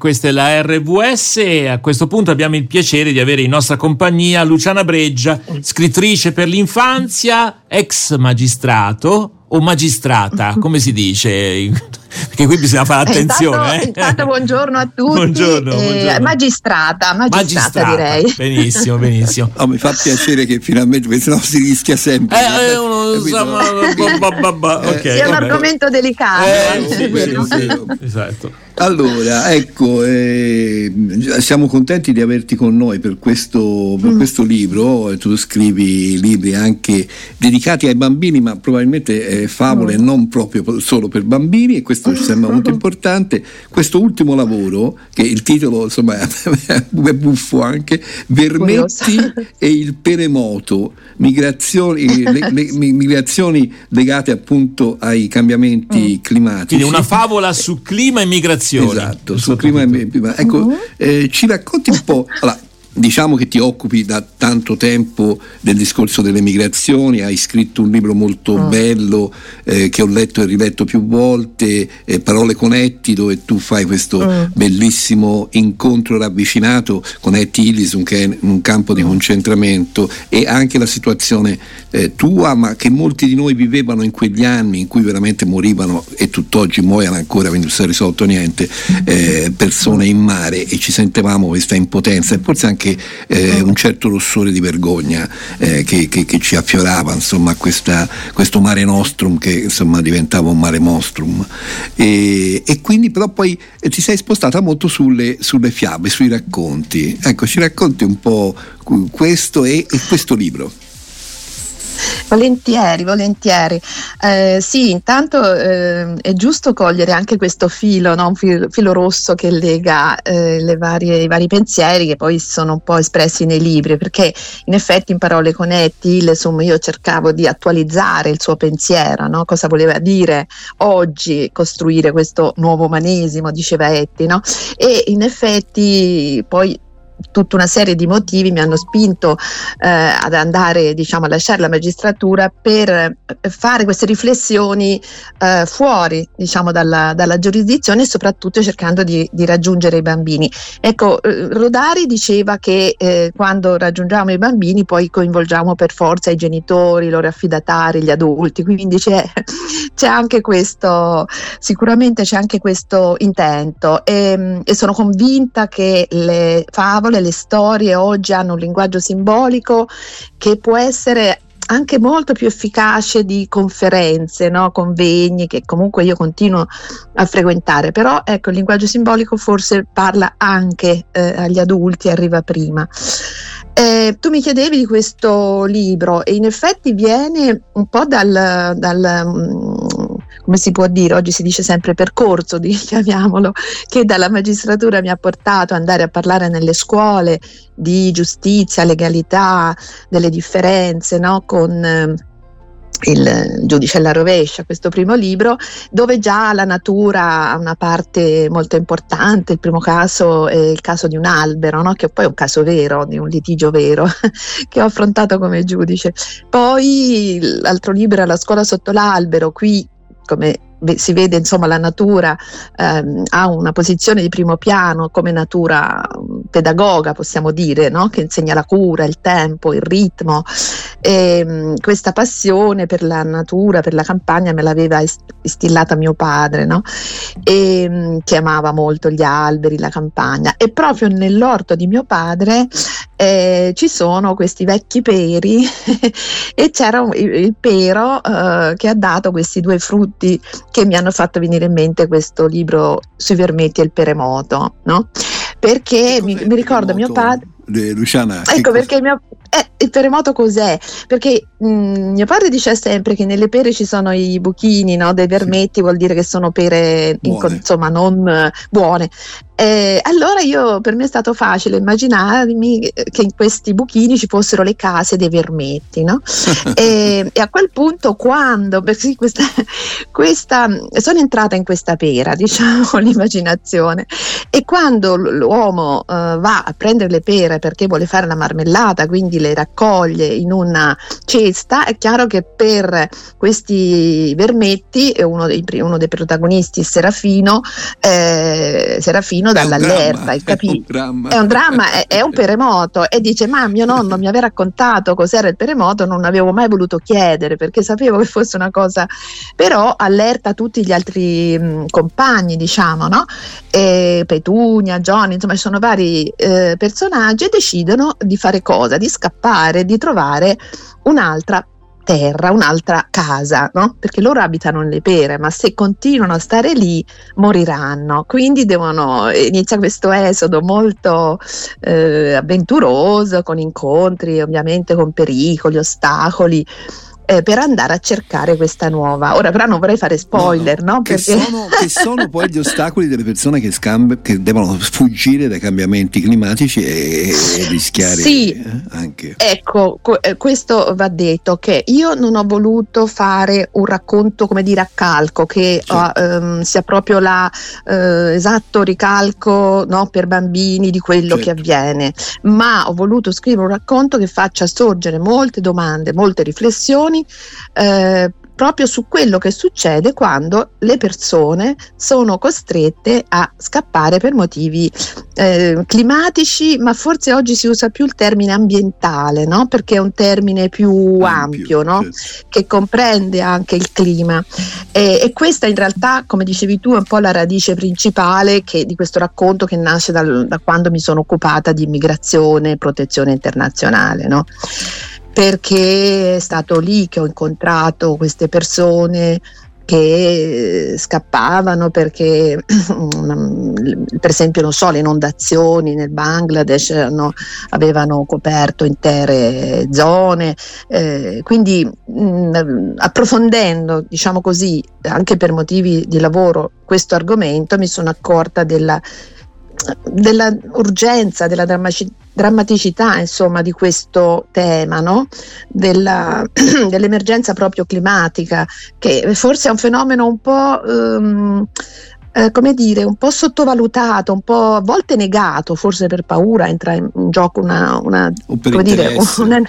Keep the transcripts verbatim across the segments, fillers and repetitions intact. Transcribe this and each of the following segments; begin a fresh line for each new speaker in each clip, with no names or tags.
questa è la R V S e a questo punto abbiamo il piacere di avere in nostra compagnia Luciana Breggia, scrittrice per l'infanzia, ex magistrato o magistrata, come si dice? Perché qui bisogna fare attenzione.
Intanto,
eh?
intanto buongiorno a tutti.
Buongiorno,
eh,
buongiorno.
Magistrata, magistrata,
magistrata
direi.
Benissimo, benissimo.
Oh, mi fa piacere che finalmente, perché sennò si rischia sempre.
Eh, eh, uno, insomma, okay,
è un argomento delicato.
Eh,
sì, vero, vero.
Esatto.
Allora, ecco, eh, siamo contenti di averti con noi per questo, per mm. questo libro. Tu scrivi libri anche dedicati ai bambini, ma probabilmente eh, favole mm. non proprio solo per bambini, e questo ci sembra molto importante. Questo ultimo lavoro, che il titolo insomma è buffo anche, Vermetti e il Peremoto, migrazioni, le, le, migrazioni legate appunto ai cambiamenti mm. climatici.
Quindi una favola su clima e migrazione.
Esatto, sul clima e ecco, uh-huh. eh, ci racconti un po'. Allora, diciamo che ti occupi da tanto tempo del discorso delle migrazioni, hai scritto un libro molto uh. bello eh, che ho letto e riletto più volte, eh, Parole con Etty, dove tu fai questo uh. bellissimo incontro ravvicinato con Etty Hillesum, che è in un campo di concentramento, e anche la situazione eh, tua, ma che molti di noi vivevano in quegli anni in cui veramente morivano, e tutt'oggi muoiono ancora, quindi non si è risolto niente, eh, persone in mare, e ci sentivamo questa impotenza e forse anche Che, eh, un certo rossore di vergogna eh, che, che, che ci affiorava, insomma, questa, questo mare nostrum che insomma diventava un mare mostrum, e, e quindi però poi eh, ti sei spostata molto sulle, sulle fiabe, sui racconti. Ecco, ci racconti un po' questo e, e questo libro.
Volentieri, volentieri. Eh, sì, intanto eh, è giusto cogliere anche questo filo, no? Un filo, filo rosso che lega eh, le varie, i vari pensieri che poi sono un po' espressi nei libri, perché in effetti in Parole con Etty Hillesum io cercavo di attualizzare il suo pensiero, no? Cosa voleva dire oggi costruire questo nuovo umanesimo, diceva Etty, no? E in effetti poi tutta una serie di motivi mi hanno spinto eh, ad andare, diciamo, a lasciare la magistratura per fare queste riflessioni eh, fuori, diciamo, dalla, dalla giurisdizione, e soprattutto cercando di, di raggiungere i bambini. Ecco, eh, Rodari diceva che eh, quando raggiungiamo i bambini poi coinvolgiamo per forza i genitori, i loro affidatari, gli adulti, quindi c'è, c'è anche questo, sicuramente c'è anche questo intento, e, e sono convinta che le favole, le storie oggi hanno un linguaggio simbolico che può essere anche molto più efficace di conferenze, no? Convegni che comunque io continuo a frequentare, però ecco, il linguaggio simbolico forse parla anche eh, agli adulti, arriva prima. Eh, tu mi chiedevi di questo libro, e in effetti viene un po' dal, dal um, come si può dire, oggi si dice sempre percorso, di, chiamiamolo, che dalla magistratura mi ha portato ad andare a parlare nelle scuole di giustizia, legalità, delle differenze, no? Con eh, il giudice alla rovescia, questo primo libro, dove già la natura ha una parte molto importante. Il primo caso è il caso di un albero, no? Che poi è un caso vero, di un litigio vero che ho affrontato come giudice. Poi l'altro libro è La scuola sotto l'albero. Qui, come si vede, insomma, la natura ehm, ha una posizione di primo piano come natura pedagoga, possiamo dire, no? Che insegna la cura, il tempo, il ritmo. E, mh, questa passione per la natura, per la campagna, me l'aveva instillata mio padre, no? E, mh, che amava molto gli alberi, la campagna, e proprio nell'orto di mio padre eh, ci sono questi vecchi peri e c'era un, il, il pero eh, che ha dato questi due frutti che mi hanno fatto venire in mente questo libro sui vermetti e il peremoto, no? Perché mi, mi ricordo mio padre.
Luciana,
ecco perché il mio eh, il peremoto cos'è? Perché mh, mio padre dice sempre che nelle pere ci sono i buchini, no? Dei vermetti, sì. Vuol dire che sono pere in, insomma non uh, buone. Eh, allora io, per me è stato facile immaginarmi che in questi buchini ci fossero le case dei vermetti, no? e, e a quel punto, quando perché questa, questa sono entrata in questa pera, diciamo, l'immaginazione, e quando l'uomo uh, va a prendere le pere perché vuole fare la marmellata, quindi le raccoglie in una cesta. È chiaro che per questi vermetti uno dei, uno dei protagonisti, Serafino, eh, Serafino dall'allerta, hai capito? È un dramma, è un, dramma è, è un terremoto, e dice: ma mio nonno mi aveva raccontato cos'era il terremoto, non avevo mai voluto chiedere perché sapevo che fosse una cosa, però allerta tutti gli altri mh, compagni, diciamo, no? E Petunia, Johnny, insomma ci sono vari eh, personaggi, e decidono di fare cosa? Di scappare, di trovare un'altra terra, un'altra casa, no? Perché loro abitano nelle pere, ma se continuano a stare lì moriranno, quindi devono, inizia questo esodo molto eh, avventuroso, con incontri, ovviamente con pericoli, ostacoli, eh, per andare a cercare questa nuova. Ora però non vorrei fare spoiler, no? no?
Che,
Perché...
sono, che sono poi gli ostacoli delle persone che, scambi- che devono fuggire dai cambiamenti climatici e, e rischiare
sì,
eh, anche.
Ecco, questo va detto, che io non ho voluto fare un racconto, come dire, a calco, che certo. uh, um, sia proprio la uh, esatto ricalco, no, per bambini di quello certo. che avviene, ma ho voluto scrivere un racconto che faccia sorgere molte domande, molte riflessioni, eh, proprio su quello che succede quando le persone sono costrette a scappare per motivi eh, climatici, ma forse oggi si usa più il termine ambientale, no? Perché è un termine più ampio, ampio no? Certo. Che comprende anche il clima, e, e questa in realtà, come dicevi tu, è un po' la radice principale che, di questo racconto, che nasce dal, da quando mi sono occupata di immigrazione e protezione internazionale, no? Perché è stato lì che ho incontrato queste persone che scappavano perché per esempio, non so, le inondazioni nel Bangladesh hanno, avevano coperto intere zone, eh, quindi mh, approfondendo, diciamo così, anche per motivi di lavoro questo argomento, mi sono accorta della della urgenza, della drammaci- drammaticità, insomma, di questo tema, no? Della, dell'emergenza proprio climatica, che forse è un fenomeno un po' um, eh, come dire, un po' sottovalutato, un po' a volte negato, forse per paura entra in, in gioco una, una
o per
come dire, una,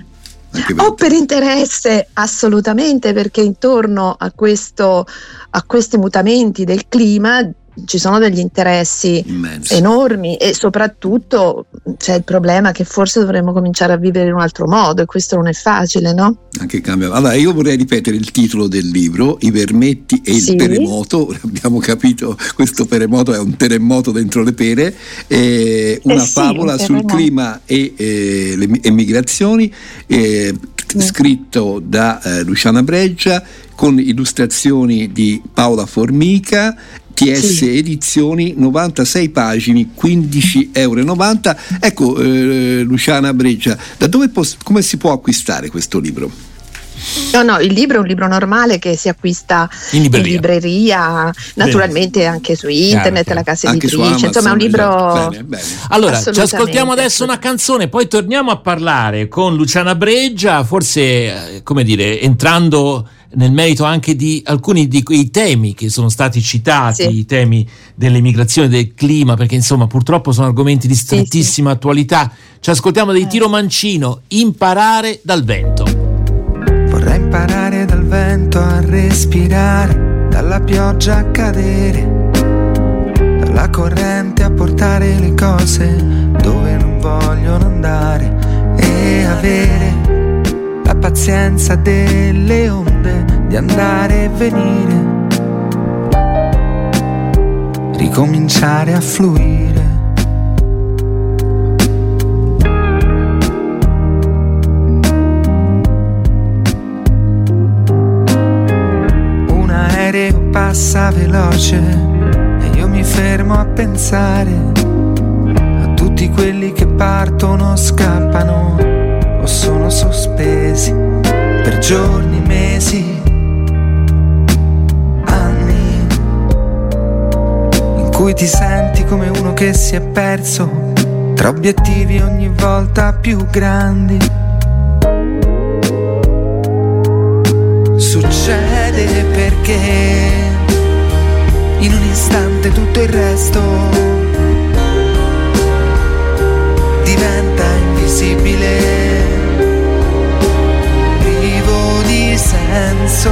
per
o per interesse, assolutamente, perché intorno a questo, a questi mutamenti del clima ci sono degli interessi immensi, enormi, e soprattutto c'è il problema che forse dovremmo cominciare a vivere in un altro modo, e questo non è facile, no?
Anche cambia. Allora, io vorrei ripetere il titolo del libro: I vermetti e
sì.
il terremoto. Abbiamo capito, questo terremoto è un terremoto dentro le pere, eh, una
eh sì,
favola
un
sul clima e eh, le emigrazioni, eh, mm. scritto da eh, Luciana Breggia, con illustrazioni di Paola Formica, T S sì. Edizioni, novantasei pagine, quindici euro e novanta. Ecco, eh, Luciana Breggia, da dove pos- come si può acquistare questo libro?
No, no, il libro è un libro normale che si acquista in libreria, in libreria naturalmente bene. Anche su internet, chiaro, la casa editrice, Amazon, insomma è un libro esatto. bene, bene.
Allora ci ascoltiamo adesso una canzone, poi torniamo a parlare con Luciana Breggia, forse come dire, entrando nel merito anche di alcuni di quei temi che sono stati citati, sì. i temi dell'immigrazione, del clima, perché insomma purtroppo sono argomenti di strettissima sì, sì. attualità. Ci ascoltiamo dei Tiro Mancino, Imparare dal vento.
Vorrei imparare dal vento a respirare, dalla pioggia a cadere, dalla corrente a portare le cose dove non vogliono andare, e avere la pazienza delle onde di andare e venire, ricominciare a fluire. Un aereo passa veloce e io mi fermo a pensare a tutti quelli che partono, scappano o sono sospesi per giorni, mesi, anni, in cui ti senti come uno che si è perso tra obiettivi ogni volta più grandi. Succede perché in un istante tutto il resto diventa invisibile. senso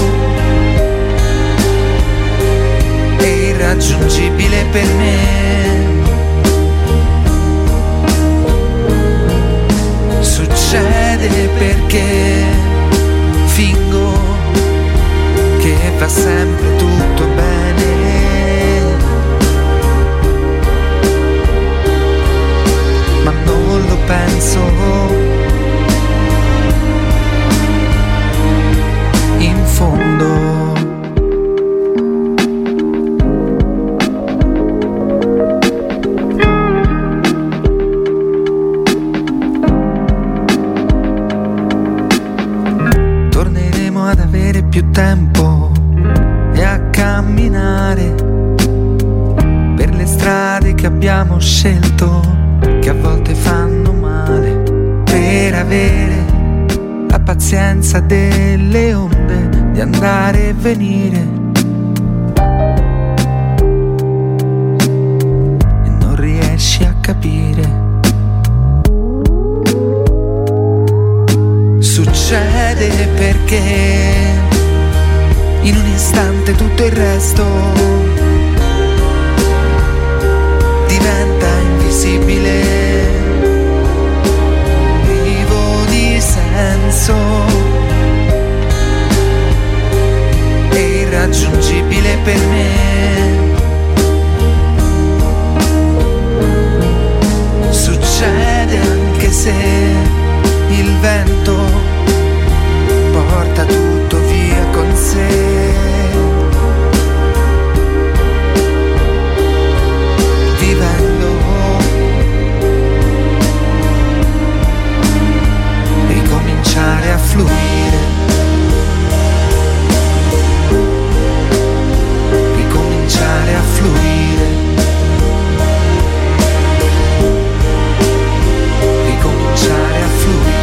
è irraggiungibile per me. Succede perché fingo che va sempre tutto bene, ma non lo penso in fondo. Torneremo ad avere più tempo e a camminare per le strade che abbiamo scelto, che a volte fanno male, per avere la pazienza delle onde di andare e venire, e non riesci a capire. Succede perché in un istante tutto il resto diventa invisibile. Vivo di senso è irraggiungibile per me. Succede anche se il vento porta tutto via con sé. Vivendo, ricominciare a fluire, ricominciare a fluire, ricominciare a fluire.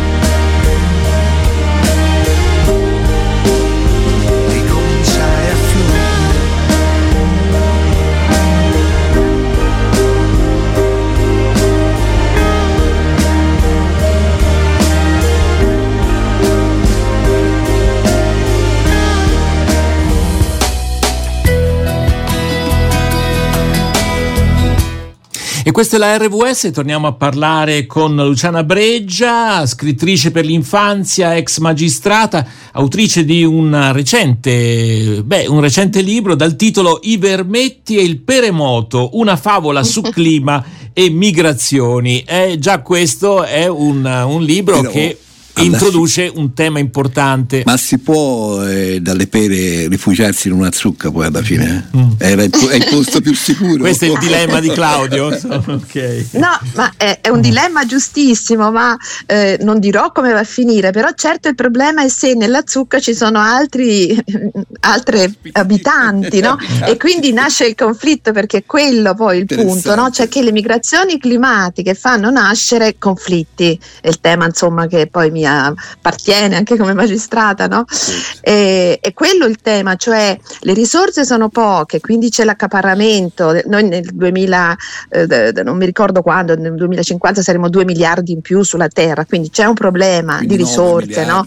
E questa è la R V S, torniamo a parlare con Luciana Breggia, scrittrice per l'infanzia, ex magistrata, autrice di un recente, beh, un recente libro dal titolo I vermetti e il peremoto, una favola su clima e migrazioni. E già questo è un, un libro Però... che introduce un tema importante.
Ma si può eh, dalle pere rifugiarsi in una zucca poi alla fine? Eh? Mm. Era il, è il posto più sicuro.
Questo è il dilemma di Claudio. Okay.
No, ma è, è un dilemma giustissimo, ma eh, non dirò come va a finire, però certo il problema è se nella zucca ci sono altri altre abitanti, no? E quindi nasce il conflitto, perché quello poi il punto, no? Cioè che le migrazioni climatiche fanno nascere conflitti, è il tema insomma che poi mi appartiene anche come magistrata, no? Sì. E, e quello il tema, cioè le risorse sono poche, quindi c'è l'accaparramento. Noi nel duemila, eh, non mi ricordo quando, nel duemilacinquanta saremo due miliardi in più sulla terra, quindi c'è un problema quindi di risorse, no?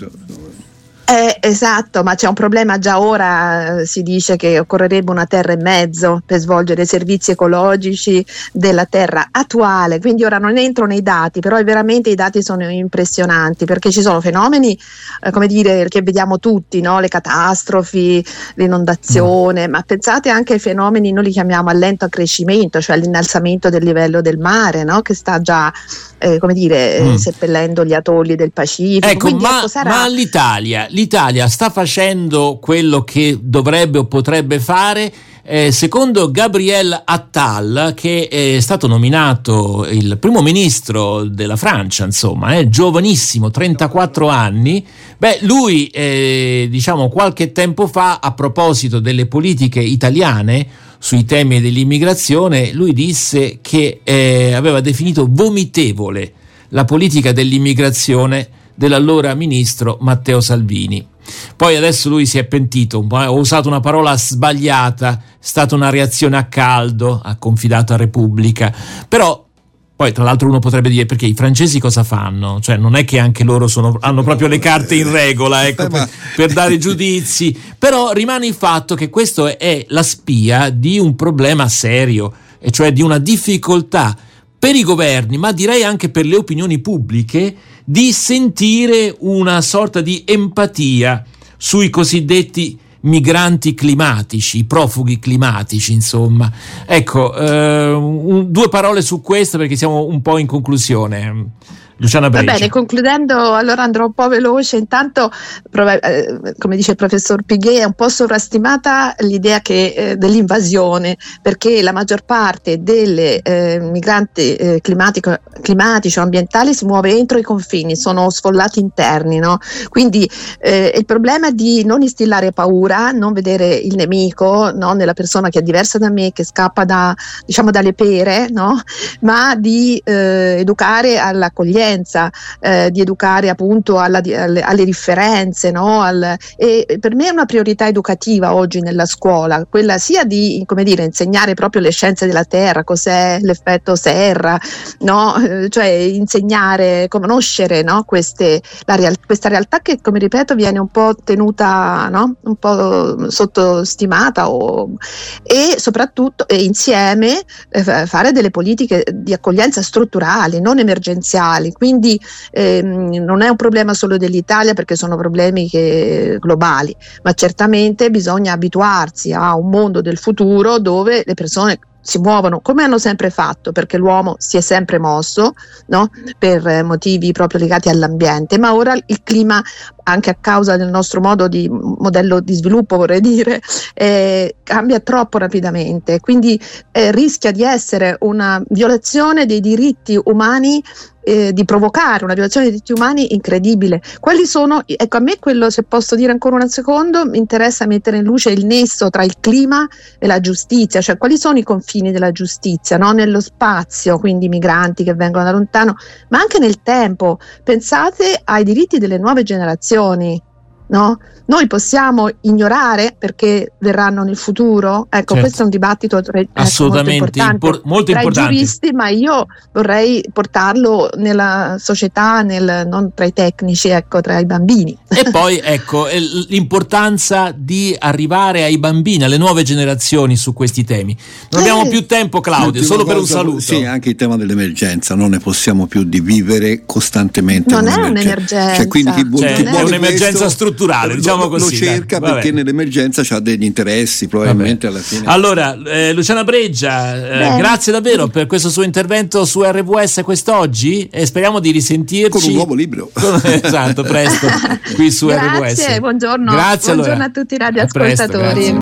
Eh, esatto, ma c'è un problema già ora, eh, si dice che occorrerebbe una terra e mezzo per svolgere i servizi ecologici della terra attuale, quindi ora non entro nei dati, però veramente i dati sono impressionanti, perché ci sono fenomeni, eh, come dire, che vediamo tutti, no? Le catastrofi, l'inondazione, mm. ma pensate anche ai fenomeni, noi li chiamiamo a lento accrescimento, cioè l'innalzamento del livello del mare, no? Che sta già, eh, come dire, mm. seppellendo gli atolli del Pacifico.
Ecco,
quindi,
ma,
ecco, sarà...
ma l'Italia L'Italia sta facendo quello che dovrebbe o potrebbe fare? Eh, secondo Gabriel Attal, che è stato nominato il primo ministro della Francia, insomma, è giovanissimo, trentaquattro anni, beh, lui eh, diciamo qualche tempo fa, a proposito delle politiche italiane sui temi dell'immigrazione, lui disse che eh, aveva definito vomitevole la politica dell'immigrazione dell'allora ministro Matteo Salvini. Poi adesso lui si è pentito, ha usato una parola sbagliata, è stata una reazione a caldo, ha confidato a Repubblica, però Poi tra l'altro uno potrebbe dire, perché i francesi cosa fanno? Cioè non è che anche loro sono, hanno proprio le carte in regola, ecco, per, per dare giudizi, però rimane il fatto che questo è la spia di un problema serio, e cioè di una difficoltà per i governi, ma direi anche per le opinioni pubbliche, di sentire una sorta di empatia sui cosiddetti migranti climatici, i profughi climatici, insomma. Ecco, eh, un, due parole su questo, perché siamo un po' in conclusione. Luciana Breggia.
Va bene, concludendo, allora andrò un po' veloce. Intanto, eh, come dice il professor Piguet, è un po' sovrastimata l'idea che, eh, dell'invasione, perché la maggior parte delle eh, migranti eh, climatici o ambientali si muove entro i confini, sono sfollati interni, no? Quindi eh, il problema è di non instillare paura, non vedere il nemico, no? Nella persona che è diversa da me, che scappa da, diciamo, dalle pere, no? Ma di eh, educare all'accoglienza, Eh, di educare appunto alla, alle, alle differenze, no? Al, e per me è una priorità educativa oggi nella scuola, quella sia di, come dire, insegnare proprio le scienze della terra, cos'è l'effetto serra, no? Eh, cioè insegnare, conoscere, no? Queste, la real, questa realtà che, come ripeto, viene un po' tenuta, no? Un po' sottostimata, o, e soprattutto e insieme eh, fare delle politiche di accoglienza strutturali, non emergenziali. Quindi ehm, non è un problema solo dell'Italia, perché sono problemi che, globali, ma certamente bisogna abituarsi a un mondo del futuro dove le persone si muovono come hanno sempre fatto, perché l'uomo si è sempre mosso, no? Per motivi proprio legati all'ambiente, ma ora il clima, anche a causa del nostro modo di modello di sviluppo, vorrei dire, eh, cambia troppo rapidamente, quindi eh, rischia di essere una violazione dei diritti umani, eh, di provocare una violazione dei diritti umani incredibile. Quali sono, ecco, a me quello, se posso dire ancora un secondo, mi interessa mettere in luce il nesso tra il clima e la giustizia, cioè quali sono i confini della giustizia, no? Nello spazio, quindi migranti che vengono da lontano, ma anche nel tempo. Pensate ai diritti delle nuove generazioni, no? Noi possiamo ignorare perché verranno nel futuro? Ecco, certo. Questo è un dibattito tra,
assolutamente
ecco, molto importante,
impor- molto
tra
importante.
i giuristi, ma io vorrei portarlo nella società, nel, non tra i tecnici, ecco, tra i bambini.
E poi ecco l'importanza di arrivare ai bambini, alle nuove generazioni su questi temi. Non eh. abbiamo più tempo, Claudio, solo per un saluto.
Sì, anche il tema dell'emergenza, non ne possiamo più di vivere costantemente.
Non è un'emergenza,
cioè, quindi chi vuole,
cioè,
chi vuole
è un'emergenza
questo,
strutturale, diciamo
lo,
così.
Lo cerca
dai,
perché nell'emergenza ha degli interessi, probabilmente alla fine.
Allora, eh, Luciana Breggia, eh, grazie davvero per questo suo intervento su R W S quest'oggi, e speriamo di risentirci
con un nuovo libro.
Esatto, presto qui su
grazie,
R W S.
Buongiorno,
grazie,
buongiorno
allora.
a tutti i radioascoltatori.